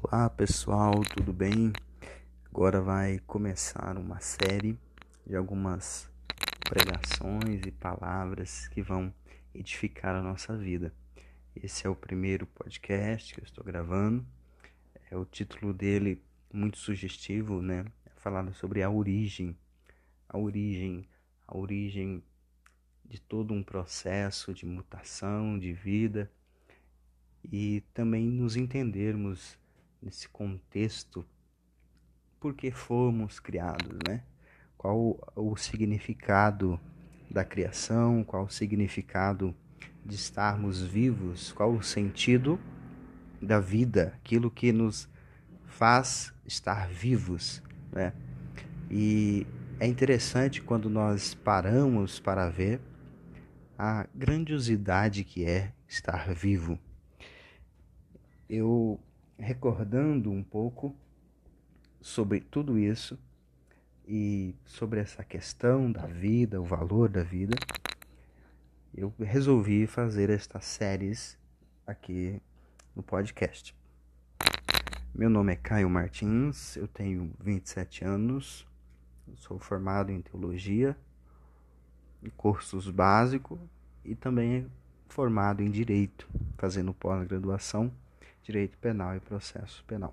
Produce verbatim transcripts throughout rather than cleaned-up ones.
Olá pessoal, tudo bem? Agora vai começar uma série de algumas pregações e palavras que vão edificar a nossa vida. Esse é o primeiro podcast que eu estou gravando. É o título dele muito sugestivo, né? É falando sobre a origem, a origem, a origem de todo um processo de mutação, de vida e também nos entendermos nesse contexto por que fomos criados, né? Qual o significado da criação, qual o significado de estarmos vivos, qual o sentido da vida, aquilo que nos faz estar vivos, né? E é interessante quando nós paramos para ver a grandiosidade que é estar vivo. Eu, recordando um pouco sobre tudo isso e sobre essa questão da vida, o valor da vida, eu resolvi fazer estas séries aqui no podcast. Meu nome é Caio Martins, eu tenho vinte e sete anos, sou formado em teologia, em cursos básicos e também formado em direito, fazendo pós-graduação, direito penal e processo penal.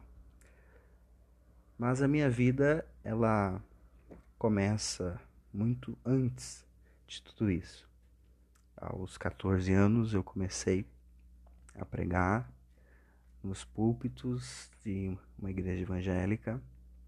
Mas a minha vida, ela começa muito antes de tudo isso. Aos catorze anos eu comecei a pregar nos púlpitos de uma igreja evangélica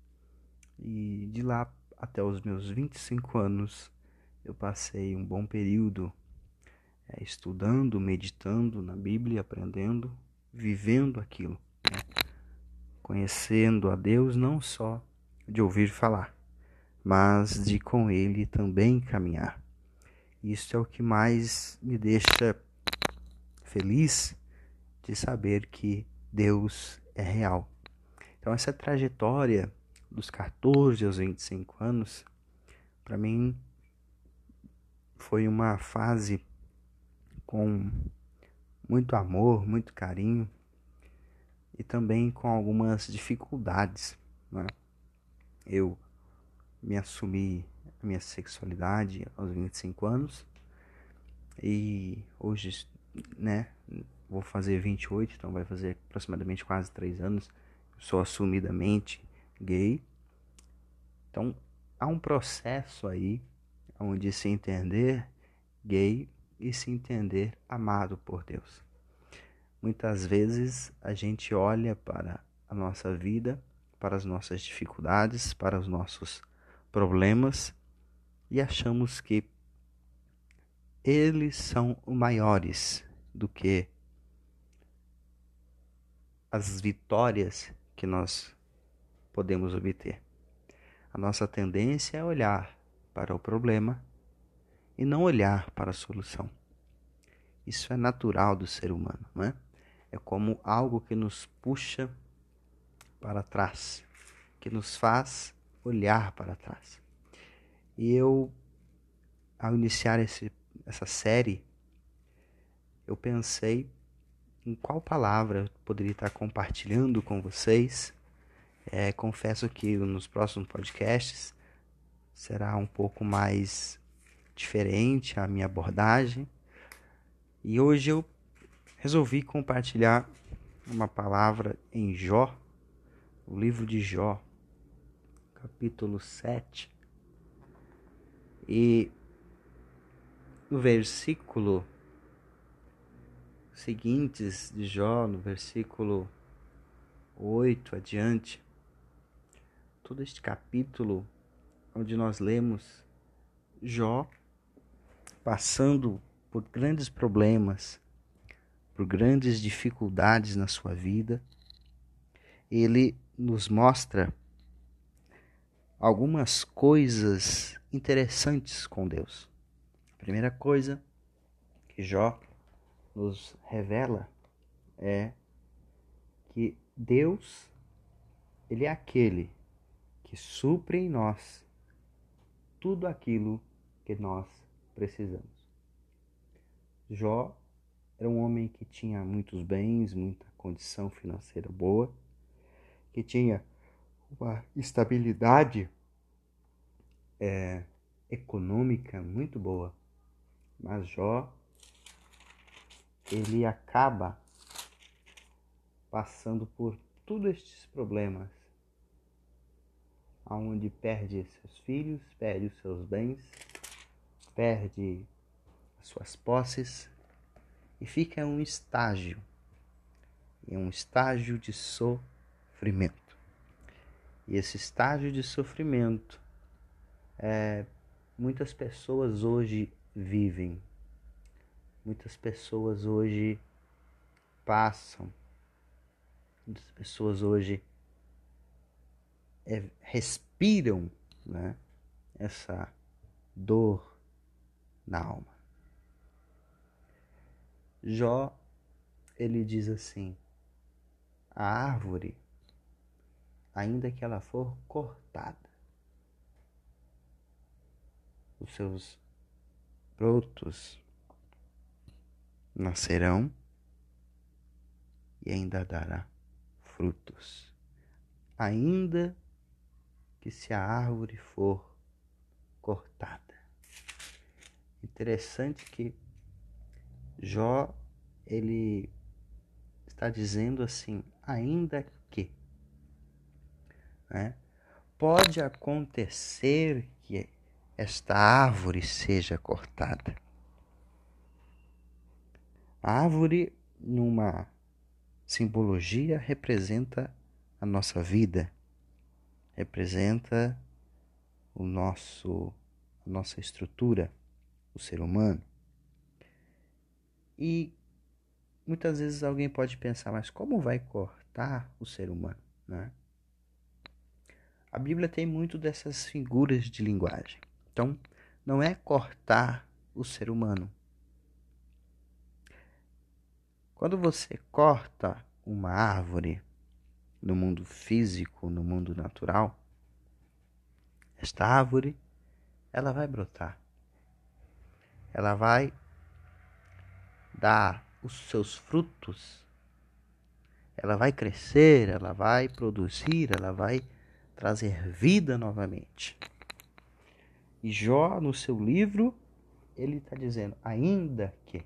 e de lá até os meus vinte e cinco anos eu passei um bom período é, estudando, meditando na Bíblia, aprendendo, vivendo aquilo, né? Conhecendo a Deus não só de ouvir falar, mas de com Ele também caminhar. Isso é o que mais me deixa feliz de saber que Deus é real. Então essa trajetória dos catorze aos vinte e cinco anos, para mim, foi uma fase com muito amor, muito carinho e também com algumas dificuldades, né? Eu me assumi a minha sexualidade aos vinte e cinco anos e hoje, né, vou fazer vinte e oito, então vai fazer aproximadamente quase três anos, eu sou assumidamente gay. Então há um processo aí onde se entender gay e se entender amado por Deus. Muitas vezes a gente olha para a nossa vida, para as nossas dificuldades, para os nossos problemas e achamos que eles são maiores do que as vitórias que nós podemos obter. A nossa tendência é olhar para o problema e não olhar para a solução. Isso é natural do ser humano, não é? É como algo que nos puxa para trás, que nos faz olhar para trás. E eu, ao iniciar esse, essa série, eu pensei em qual palavra eu poderia estar compartilhando com vocês. É, confesso que nos próximos podcasts será um pouco mais diferente a minha abordagem. E hoje eu resolvi compartilhar uma palavra em Jó, o livro de Jó, capítulo sete. E no versículo seguintes de Jó, no versículo oito adiante, todo este capítulo onde nós lemos Jó passando por grandes problemas, por grandes dificuldades na sua vida, ele nos mostra algumas coisas interessantes com Deus. A primeira coisa que Jó nos revela é que Deus, ele é aquele que supre em nós tudo aquilo que nós precisamos. Jó era um homem que tinha muitos bens, muita condição financeira boa, que tinha uma estabilidade é, econômica muito boa. Mas Jó, ele acaba passando por todos estes problemas, onde perde seus filhos, perde os seus bens, perde as suas posses e fica em um estágio, em um estágio de sofrimento. E esse estágio de sofrimento, é, muitas pessoas hoje vivem, muitas pessoas hoje passam, muitas pessoas hoje é, respiram, né, essa dor na alma. Jó, ele diz assim: a árvore, ainda que ela for cortada, os seus brotos nascerão e ainda dará frutos. Ainda que se a árvore for cortada. Interessante que Jó, ele está dizendo assim, ainda que, né? Pode acontecer que esta árvore seja cortada. A árvore, numa simbologia, representa a nossa vida, representa o nosso, a nossa estrutura, o ser humano. E muitas vezes alguém pode pensar, mas como vai cortar o ser humano, né? A Bíblia tem muito dessas figuras de linguagem. Então, não é cortar o ser humano. Quando você corta uma árvore no mundo físico, no mundo natural, esta árvore, ela vai brotar. Ela vai dar os seus frutos. Ela vai crescer, ela vai produzir, ela vai trazer vida novamente. E Jó, no seu livro, ele está dizendo, ainda que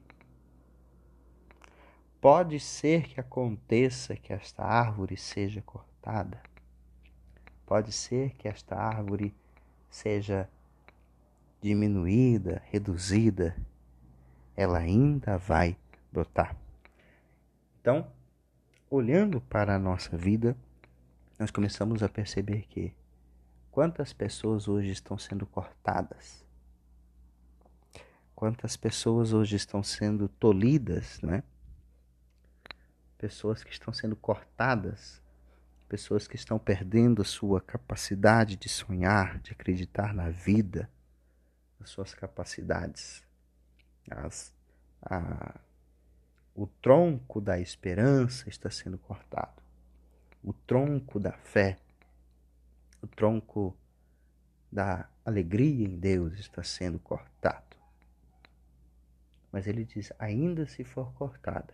pode ser que aconteça que esta árvore seja cortada, pode ser que esta árvore seja diminuída, reduzida, ela ainda vai brotar. Então, olhando para a nossa vida, nós começamos a perceber que quantas pessoas hoje estão sendo cortadas, quantas pessoas hoje estão sendo tolhidas, né? Pessoas que estão sendo cortadas, pessoas que estão perdendo a sua capacidade de sonhar, de acreditar na vida, as suas capacidades. As, a, o tronco da esperança está sendo cortado. O tronco da fé, o tronco da alegria em Deus está sendo cortado. Mas ele diz, ainda se for cortada,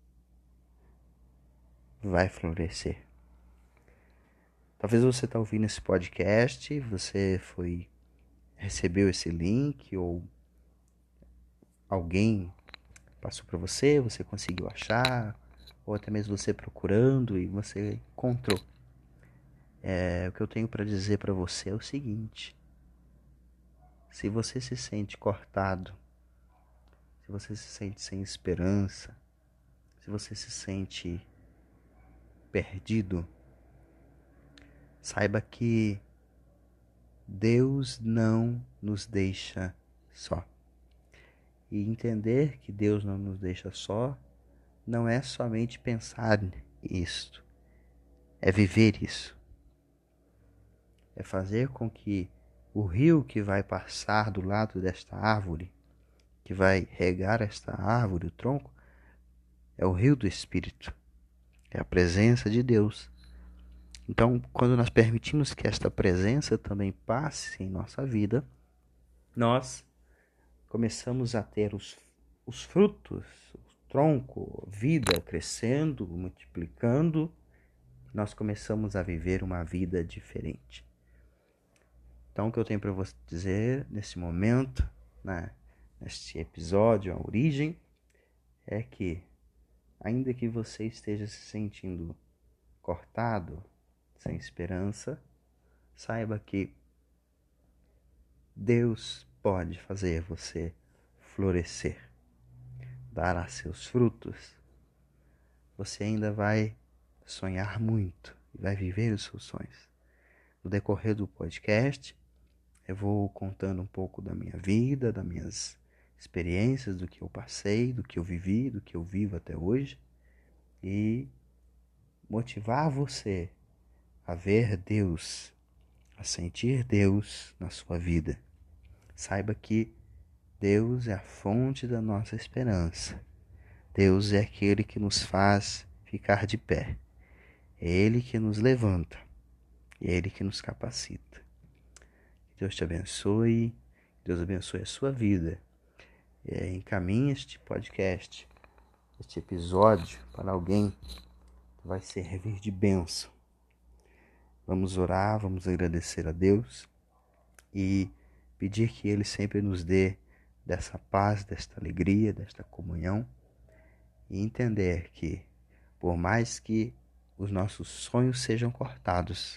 vai florescer. Talvez você está ouvindo esse podcast, você foi recebeu esse link ou alguém passou para você, você conseguiu achar, ou até mesmo você procurando e você encontrou. É, o que eu tenho para dizer para você é o seguinte: se você se sente cortado, se você se sente sem esperança, se você se sente perdido, saiba que Deus não nos deixa só. E entender que Deus não nos deixa só não é somente pensar isto, é viver isso. É fazer com que o rio que vai passar do lado desta árvore, que vai regar esta árvore, o tronco, é o rio do Espírito, é a presença de Deus. Então, quando nós permitimos que esta presença também passe em nossa vida, nós começamos a ter os, os frutos, o tronco, vida crescendo, multiplicando, nós começamos a viver uma vida diferente. Então, o que eu tenho para você dizer nesse momento, né, neste episódio, a origem, é que, ainda que você esteja se sentindo cortado, sem esperança, saiba que Deus pode fazer você florescer, dar a seus frutos. Você ainda vai sonhar muito e vai viver os seus sonhos. No decorrer do podcast, eu vou contando um pouco da minha vida, das minhas experiências, do que eu passei, do que eu vivi, do que eu vivo até hoje, e motivar você a ver Deus, a sentir Deus na sua vida. Saiba que Deus é a fonte da nossa esperança. Deus é aquele que nos faz ficar de pé. É Ele que nos levanta. É Ele que nos capacita. Que Deus te abençoe. Deus abençoe a sua vida. É, encaminhe este podcast, este episódio para alguém que vai servir de bênção. Vamos orar, vamos agradecer a Deus e pedir que Ele sempre nos dê dessa paz, desta alegria, desta comunhão, e entender que, por mais que os nossos sonhos sejam cortados,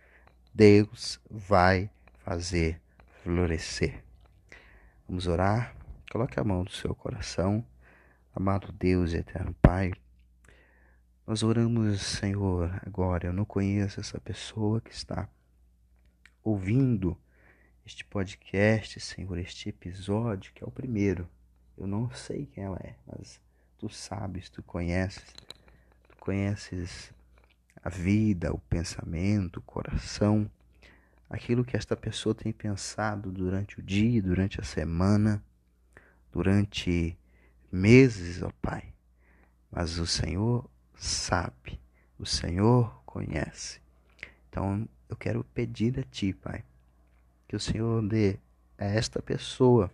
Deus vai fazer florescer. Vamos orar. Coloque a mão no seu coração. Amado Deus e eterno Pai, nós oramos, Senhor, agora. Eu não conheço essa pessoa que está ouvindo este podcast, Senhor, este episódio, que é o primeiro. Eu não sei quem ela é, mas Tu sabes, Tu conheces. Tu conheces a vida, o pensamento, o coração, aquilo que esta pessoa tem pensado durante o dia, durante a semana, durante meses, ó Pai. Mas o Senhor sabe, o Senhor conhece. Então eu quero pedir a Ti, Pai, que o Senhor dê a esta pessoa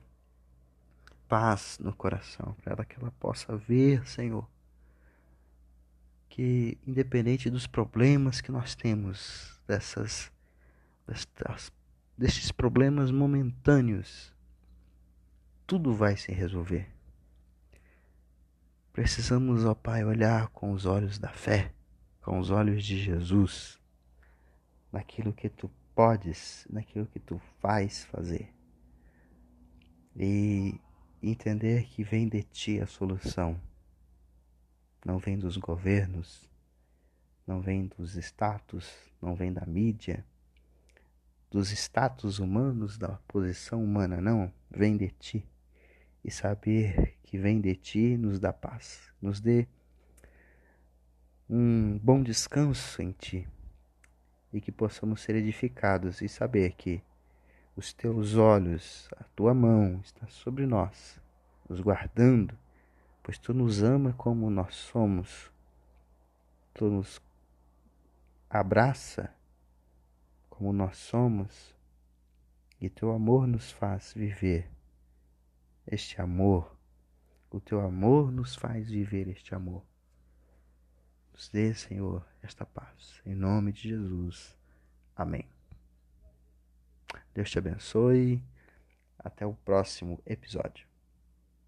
paz no coração, para ela que ela possa ver, Senhor, que independente dos problemas que nós temos, dessas, destas, desses problemas momentâneos, tudo vai se resolver. Precisamos, ó Pai, olhar com os olhos da fé, com os olhos de Jesus, naquilo que Tu podes, naquilo que Tu vais fazer. E entender que vem de Ti a solução. Não vem dos governos, não vem dos status, não vem da mídia, dos status humanos, da posição humana, não. Vem de Ti. E saber que vem de Ti nos dá paz, nos dê um bom descanso em Ti, e que possamos ser edificados e saber que os Teus olhos, a Tua mão está sobre nós, nos guardando, pois Tu nos ama como nós somos, Tu nos abraça como nós somos, e Teu amor nos faz viver este amor. O Teu amor nos faz viver este amor. Nos dê, Senhor, esta paz. Em nome de Jesus. Amém. Deus te abençoe. Até o próximo episódio.